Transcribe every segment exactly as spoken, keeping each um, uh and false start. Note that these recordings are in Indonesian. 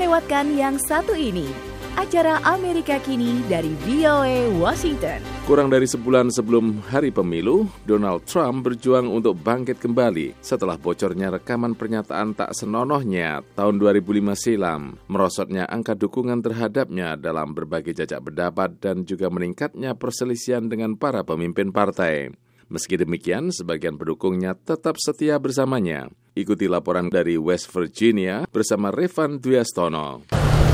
lewatkan yang satu ini. Acara Amerika Kini dari V O A Washington. Kurang dari sebulan sebelum hari pemilu, Donald Trump berjuang untuk bangkit kembali setelah bocornya rekaman pernyataan tak senonohnya tahun dua ribu lima silam, merosotnya angka dukungan terhadapnya dalam berbagai jajak pendapat dan juga meningkatnya perselisihan dengan para pemimpin partai. Meski demikian, sebagian pendukungnya tetap setia bersamanya. Ikuti laporan dari West Virginia bersama Revan Dwiastono.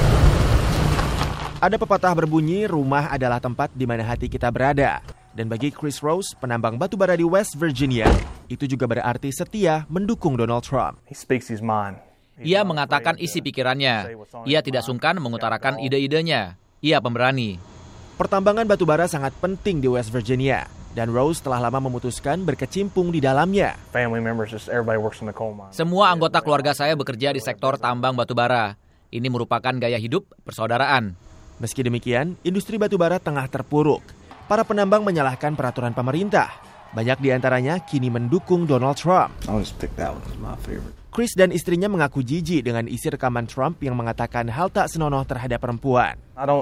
Ada pepatah berbunyi, rumah adalah tempat di mana hati kita berada. Dan bagi Chris Rose, penambang batu bara di West Virginia, itu juga berarti setia mendukung Donald Trump. Ia mengatakan isi pikirannya. Ia tidak sungkan mengutarakan ide-idenya. Ia pemberani. Pertambangan batu bara sangat penting di West Virginia. Dan Rose telah lama memutuskan berkecimpung di dalamnya. Semua anggota keluarga saya bekerja di sektor tambang batu bara. Ini merupakan gaya hidup persaudaraan. Meski demikian, industri batubara tengah terpuruk. Para penambang menyalahkan peraturan pemerintah. Banyak di antaranya kini mendukung Donald Trump. Chris dan istrinya mengaku jijik dengan isi rekaman Trump yang mengatakan hal tak senonoh terhadap perempuan.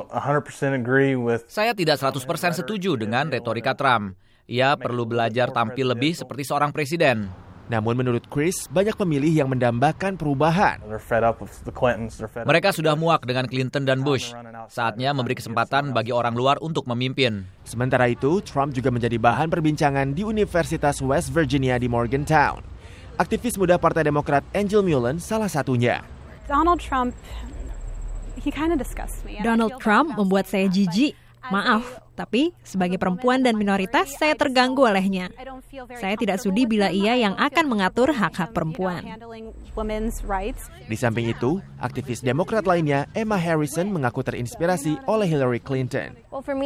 Saya tidak seratus persen setuju dengan retorika Trump. Ia perlu belajar tampil lebih seperti seorang presiden. Namun menurut Chris, banyak pemilih yang mendambakan perubahan. Mereka sudah muak dengan Clinton dan Bush. Saatnya memberi kesempatan bagi orang luar untuk memimpin. Sementara itu, Trump juga menjadi bahan perbincangan di Universitas West Virginia di Morgantown. Aktivis muda Partai Demokrat Angel Mullen salah satunya. Donald Trump, he kind of disgusts me. Donald Trump membuat saya jijik. Maaf, tapi sebagai perempuan dan minoritas, saya terganggu olehnya. Saya tidak sudi bila ia yang akan mengatur hak-hak perempuan. Di samping itu, aktivis Demokrat lainnya, Emma Harrison, mengaku terinspirasi oleh Hillary Clinton.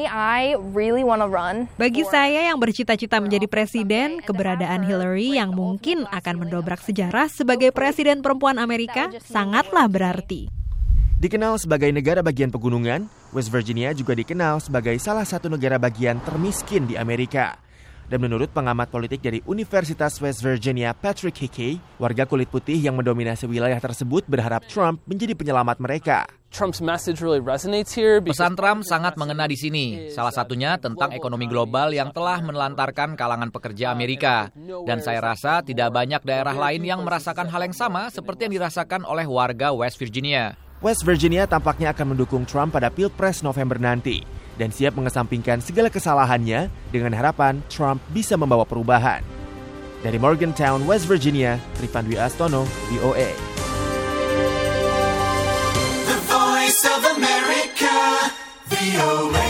Bagi saya yang bercita-cita menjadi presiden, keberadaan Hillary yang mungkin akan mendobrak sejarah sebagai presiden perempuan Amerika sangatlah berarti. Dikenal sebagai negara bagian pegunungan, West Virginia juga dikenal sebagai salah satu negara bagian termiskin di Amerika. Dan menurut pengamat politik dari Universitas West Virginia, Patrick Hickey, warga kulit putih yang mendominasi wilayah tersebut berharap Trump menjadi penyelamat mereka. Pesan Trump sangat mengena di sini. Salah satunya tentang ekonomi global yang telah menelantarkan kalangan pekerja Amerika. Dan saya rasa tidak banyak daerah lain yang merasakan hal yang sama seperti yang dirasakan oleh warga West Virginia. West Virginia tampaknya akan mendukung Trump pada Pilpres November nanti dan siap mengesampingkan segala kesalahannya dengan harapan Trump bisa membawa perubahan. Dari Morgantown, West Virginia, Revan Dwiastono, V O A. The Voice of America, V O A.